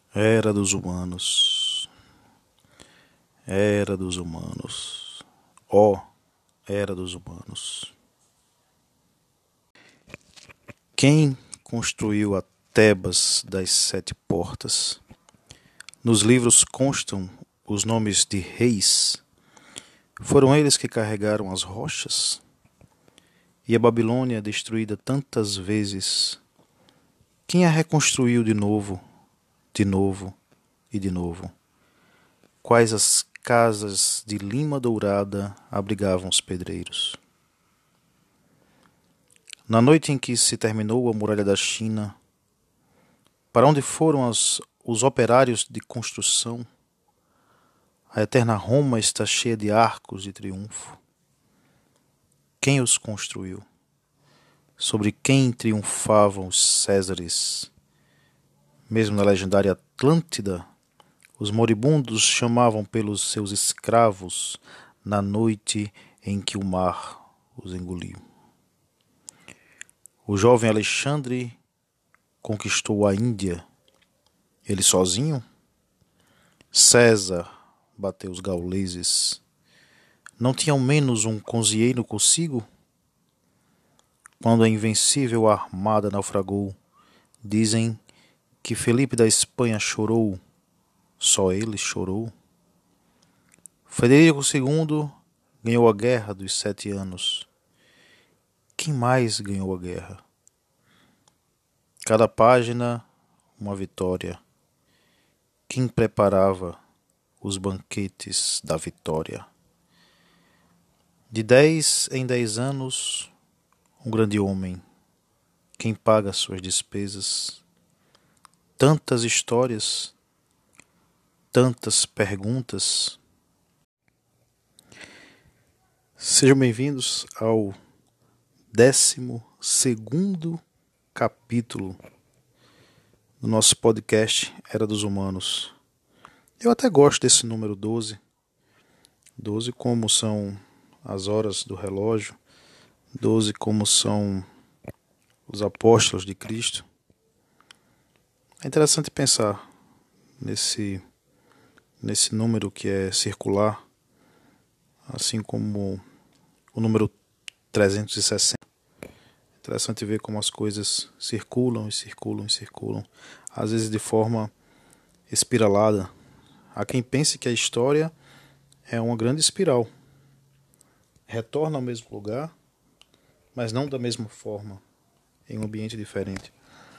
Era dos humanos, era dos humanos, ó, era dos humanos. Quem construiu a Tebas das Sete Portas? Nos livros constam os nomes de reis. Foram eles que carregaram as rochas? E a Babilônia, destruída tantas vezes, quem a reconstruiu de novo e de novo? Quais as casas de lima dourada abrigavam os pedreiros? Na noite em que se terminou a muralha da China, para onde foram os operários de construção? A eterna Roma está cheia de arcos de triunfo. Quem os construiu? Sobre quem triunfavam os Césares? Mesmo na legendária Atlântida, os moribundos chamavam pelos seus escravos na noite em que o mar os engoliu. O jovem Alexandre conquistou a Índia. Ele sozinho? César bateu os gauleses. Não tinha ao menos um cozinheiro consigo? Quando a invencível armada naufragou, dizem que Felipe da Espanha chorou. Só ele chorou. Frederico II ganhou a Guerra dos 7 Anos. Quem mais ganhou a guerra? Cada página, uma vitória. Quem preparava os banquetes da vitória? De 10 em 10 anos, um grande homem. Quem paga suas despesas? Tantas histórias, tantas perguntas. Sejam bem-vindos ao 12º capítulo do nosso podcast Era dos Humanos. Eu até gosto desse número 12. 12 como são as horas do relógio, 12 como são os apóstolos de Cristo. É interessante pensar nesse número que é circular, assim como o número 360. É interessante ver como as coisas circulam e circulam e circulam, às vezes de forma espiralada. Há quem pense que a história é uma grande espiral. Retorna ao mesmo lugar, mas não da mesma forma, em um ambiente diferente.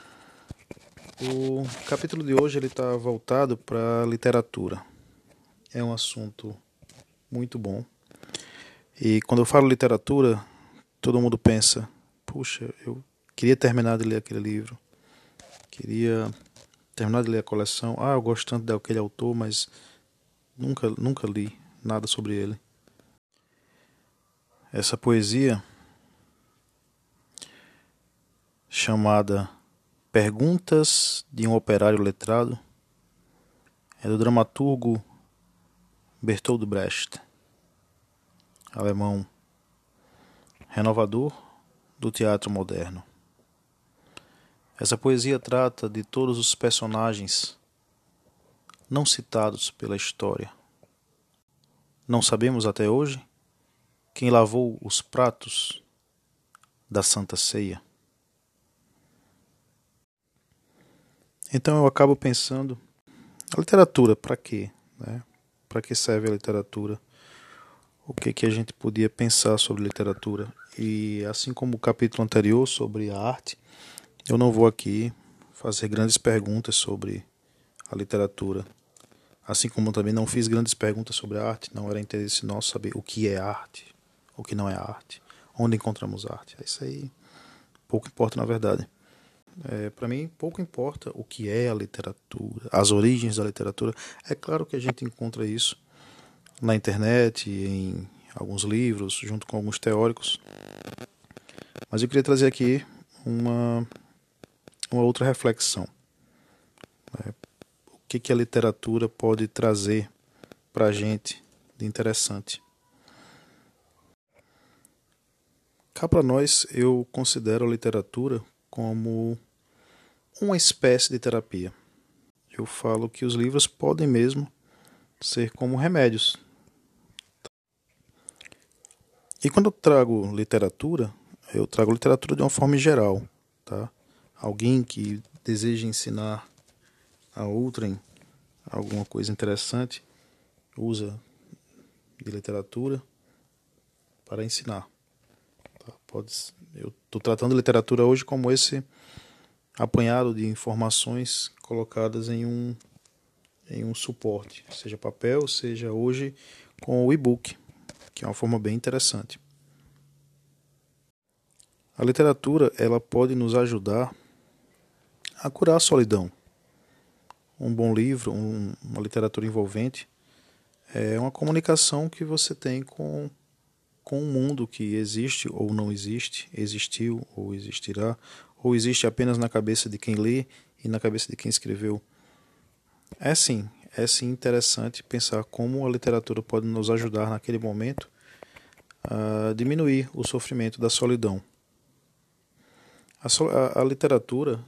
O capítulo de hoje está voltado para a literatura. É um assunto muito bom. E quando eu falo literatura, todo mundo pensa, puxa, eu queria terminar de ler aquele livro. Queria terminar de ler a coleção. Eu gosto tanto daquele autor, mas nunca li nada sobre ele. Essa poesia, chamada Perguntas de um Operário Letrado, é do dramaturgo Bertolt Brecht, alemão, renovador do teatro moderno. Essa poesia trata de todos os personagens não citados pela história. Não sabemos até hoje quem lavou os pratos da Santa Ceia. Então eu acabo pensando, a literatura, para quê? Né? Para que serve a literatura? O que a gente podia pensar sobre literatura? E assim como o capítulo anterior sobre a arte, eu não vou aqui fazer grandes perguntas sobre a literatura. Assim como também não fiz grandes perguntas sobre a arte, não era interesse nosso saber o que é arte, o que não é arte, onde encontramos arte. Isso aí pouco importa na verdade. Para mim, pouco importa o que é a literatura, as origens da literatura. É claro que a gente encontra isso na internet, em alguns livros, junto com alguns teóricos. Mas eu queria trazer aqui uma outra reflexão. O que a literatura pode trazer para a gente de interessante? Cá para nós, eu considero a literatura como uma espécie de terapia. eu falo que os livros podem mesmo ser como remédios. E quando eu trago literatura de uma forma geral, tá? Alguém que deseja ensinar a outrem alguma coisa interessante usa de literatura para ensinar. Tá? Eu estou tratando literatura hoje como esse apanhado de informações colocadas em um suporte, seja papel, seja hoje com o e-book, que é uma forma bem interessante. A literatura, ela pode nos ajudar a curar a solidão. Um bom livro, uma literatura envolvente, é uma comunicação que você tem com um mundo que existe ou não existe, existiu ou existirá, ou existe apenas na cabeça de quem lê e na cabeça de quem escreveu. É sim interessante pensar como a literatura pode nos ajudar naquele momento a diminuir o sofrimento da solidão. A literatura,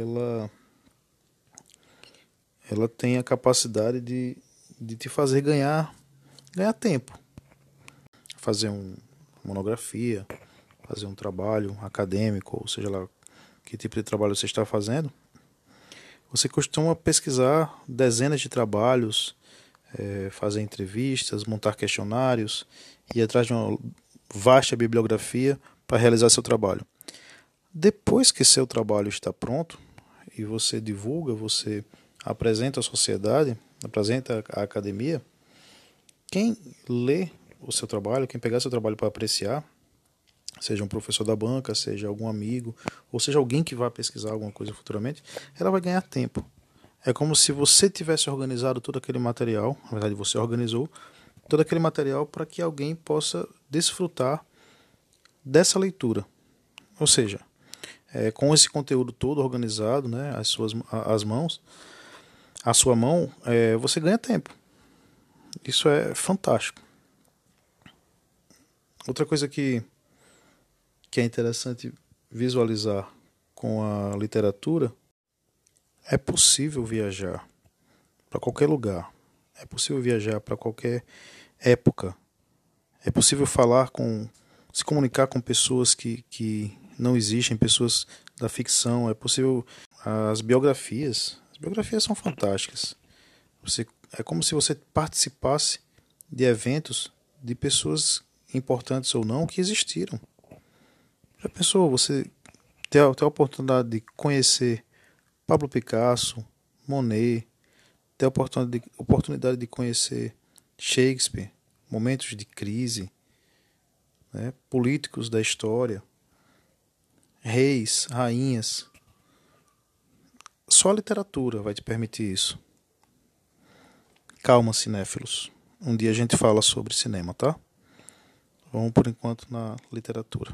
ela tem a capacidade de te fazer ganhar tempo. Fazer uma monografia, fazer um trabalho acadêmico, ou seja lá que tipo de trabalho você está fazendo. Você costuma pesquisar dezenas de trabalhos, fazer entrevistas, montar questionários, ir atrás de uma vasta bibliografia para realizar seu trabalho. Depois que seu trabalho está pronto e você divulga, você apresenta à sociedade, apresenta à academia, quem lê o seu trabalho, quem pegar seu trabalho para apreciar, seja um professor da banca, seja algum amigo, ou seja alguém que vai pesquisar alguma coisa futuramente, ela vai ganhar tempo. É como se você tivesse organizado todo aquele material, na verdade você organizou todo aquele material para que alguém possa desfrutar dessa leitura. Ou seja, com esse conteúdo todo organizado, né, as mãos, a sua mão, você ganha tempo. Isso é fantástico. Outra coisa que é interessante visualizar com a literatura, é possível viajar para qualquer lugar, é possível viajar para qualquer época, é possível se comunicar com pessoas que não existem, pessoas da ficção, é possível. As biografias são fantásticas. É como se você participasse de eventos de pessoas importantes ou não que existiram. Já pensou você ter a oportunidade de conhecer Pablo Picasso, Monet, ter a oportunidade de conhecer Shakespeare, momentos de crise, né, políticos da história, reis, rainhas. Só a literatura vai te permitir isso. Calma, cinéfilos. Um dia a gente fala sobre cinema, tá? Vamos por enquanto na literatura.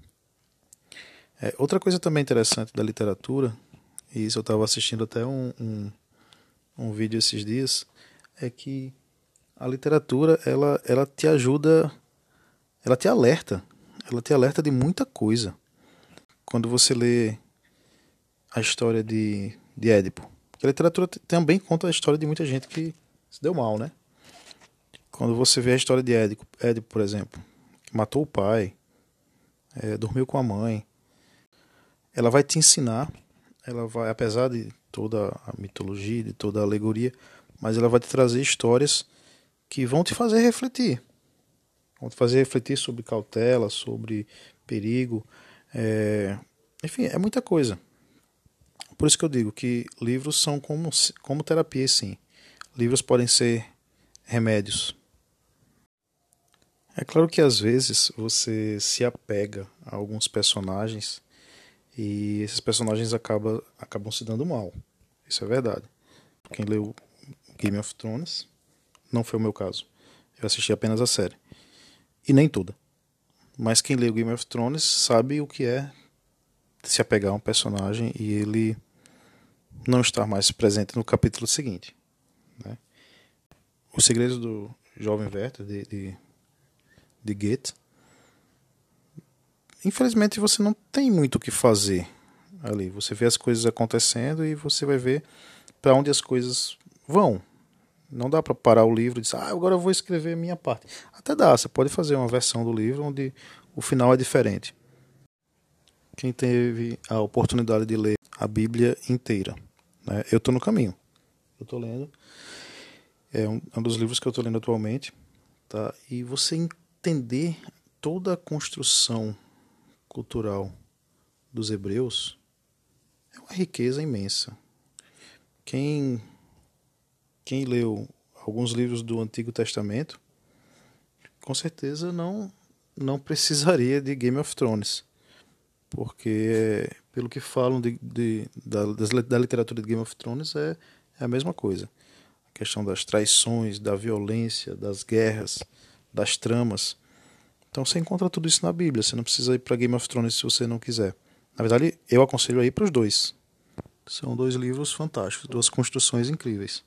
Outra coisa também interessante da literatura, e isso eu estava assistindo até um vídeo esses dias, é que a literatura ela te ajuda, ela te alerta de muita coisa. Quando você lê a história de Édipo, porque a literatura também conta a história de muita gente que se deu mal, né? Quando você vê a história de Édipo, por exemplo, que matou o pai, dormiu com a mãe, ela vai te ensinar, apesar de toda a mitologia, de toda a alegoria, mas ela vai te trazer histórias que vão te fazer refletir. Vão te fazer refletir sobre cautela, sobre perigo. Enfim, é muita coisa. Por isso que eu digo que livros são como terapia, sim. Livros podem ser remédios. É claro que às vezes você se apega a alguns personagens e esses personagens acabam se dando mal. Isso é verdade. Quem leu Game of Thrones, não foi o meu caso. Eu assisti apenas a série. E nem toda. Mas quem leu Game of Thrones sabe o que é se apegar a um personagem e ele não estar mais presente no capítulo seguinte. Né? Os Segredos do Jovem Werther, de Goethe, infelizmente você não tem muito o que fazer ali. Você vê as coisas acontecendo e você vai ver para onde as coisas vão. Não dá para parar o livro e dizer, agora eu vou escrever a minha parte. Até dá, você pode fazer uma versão do livro onde o final é diferente. Quem teve a oportunidade de ler a Bíblia inteira, né? Eu estou no caminho. Eu estou lendo. É um dos livros que eu estou lendo atualmente. Tá? E você entender toda a construção cultural dos hebreus é uma riqueza imensa. Quem leu alguns livros do Antigo Testamento, com certeza não precisaria de Game of Thrones, porque pelo que falam da literatura de Game of Thrones é a mesma coisa. A questão das traições, da violência, das guerras, das tramas. Então você encontra tudo isso na Bíblia, você não precisa ir para Game of Thrones se você não quiser. Na verdade, eu aconselho a ir para os dois. São dois livros fantásticos, duas construções incríveis.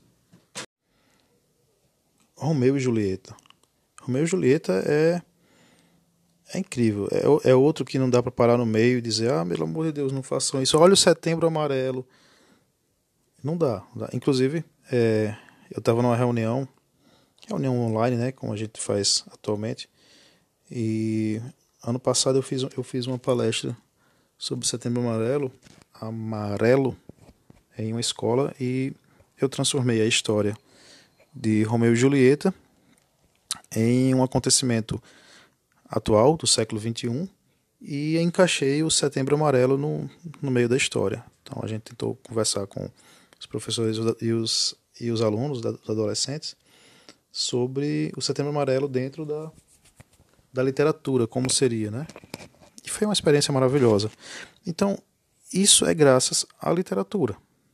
Romeu e Julieta. Romeu e Julieta é incrível. É outro que não dá para parar no meio e dizer, pelo amor de Deus, não façam isso. Olha o Setembro Amarelo. Não dá. Inclusive, eu estava numa reunião online, né, como a gente faz atualmente, e ano passado eu fiz uma palestra sobre Setembro Amarelo em uma escola, e eu transformei a história de Romeu e Julieta em um acontecimento atual do século XXI e encaixei o Setembro Amarelo no meio da história. Então a gente tentou conversar com os professores e os alunos, dos adolescentes, sobre o Setembro Amarelo dentro da literatura, como seria, né? E foi uma experiência maravilhosa. Então, isso é graças à literatura.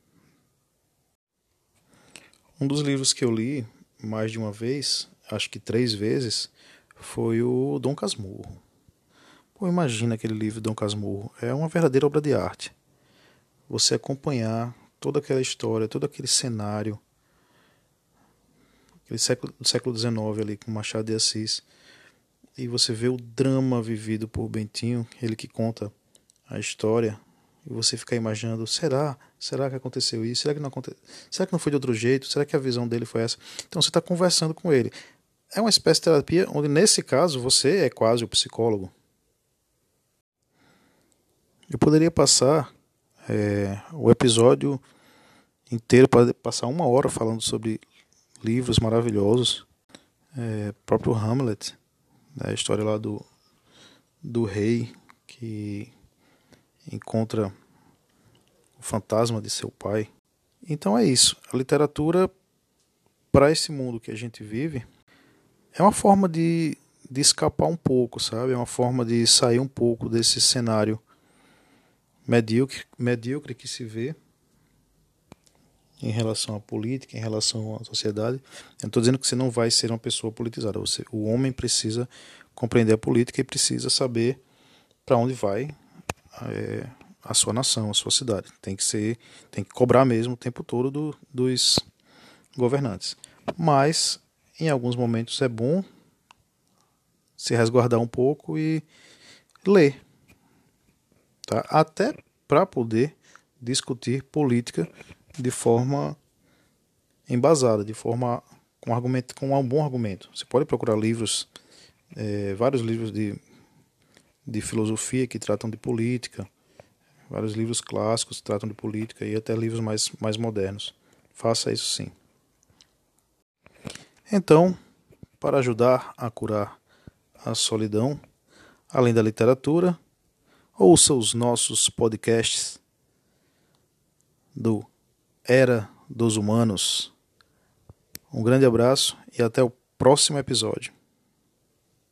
Um dos livros que eu li mais de uma vez, acho que 3 vezes, foi o Dom Casmurro. Pô, imagina aquele livro Dom Casmurro. É uma verdadeira obra de arte. Você acompanhar toda aquela história, todo aquele cenário, aquele século XIX ali com Machado de Assis, e você vê o drama vivido por Bentinho, ele que conta a história, e você fica imaginando, será que aconteceu isso? Será que não foi de outro jeito? Será que a visão dele foi essa? Então você está conversando com ele. É uma espécie de terapia onde, nesse caso, você é quase o psicólogo. Eu poderia passar o episódio inteiro, para passar 1 hora falando sobre livros maravilhosos. Próprio Hamlet, né, a história lá do rei que encontra o fantasma de seu pai. Então é isso. A literatura, para esse mundo que a gente vive, é uma forma de escapar um pouco, sabe? É uma forma de sair um pouco desse cenário medíocre que se vê em relação à política, em relação à sociedade. Eu não estou dizendo que você não vai ser uma pessoa politizada. O homem precisa compreender a política e precisa saber para onde vai a sua nação, a sua cidade. Tem que cobrar mesmo o tempo todo dos governantes. Mas, em alguns momentos, é bom se resguardar um pouco e ler. Tá? Até para poder discutir política de forma embasada, de forma com um bom argumento. Você pode procurar livros, vários livros de filosofia que tratam de política, vários livros clássicos que tratam de política e até livros mais modernos. Faça isso sim. Então, para ajudar a curar a solidão, além da literatura, ouça os nossos podcasts do Era dos Humanos. Um grande abraço e até o próximo episódio.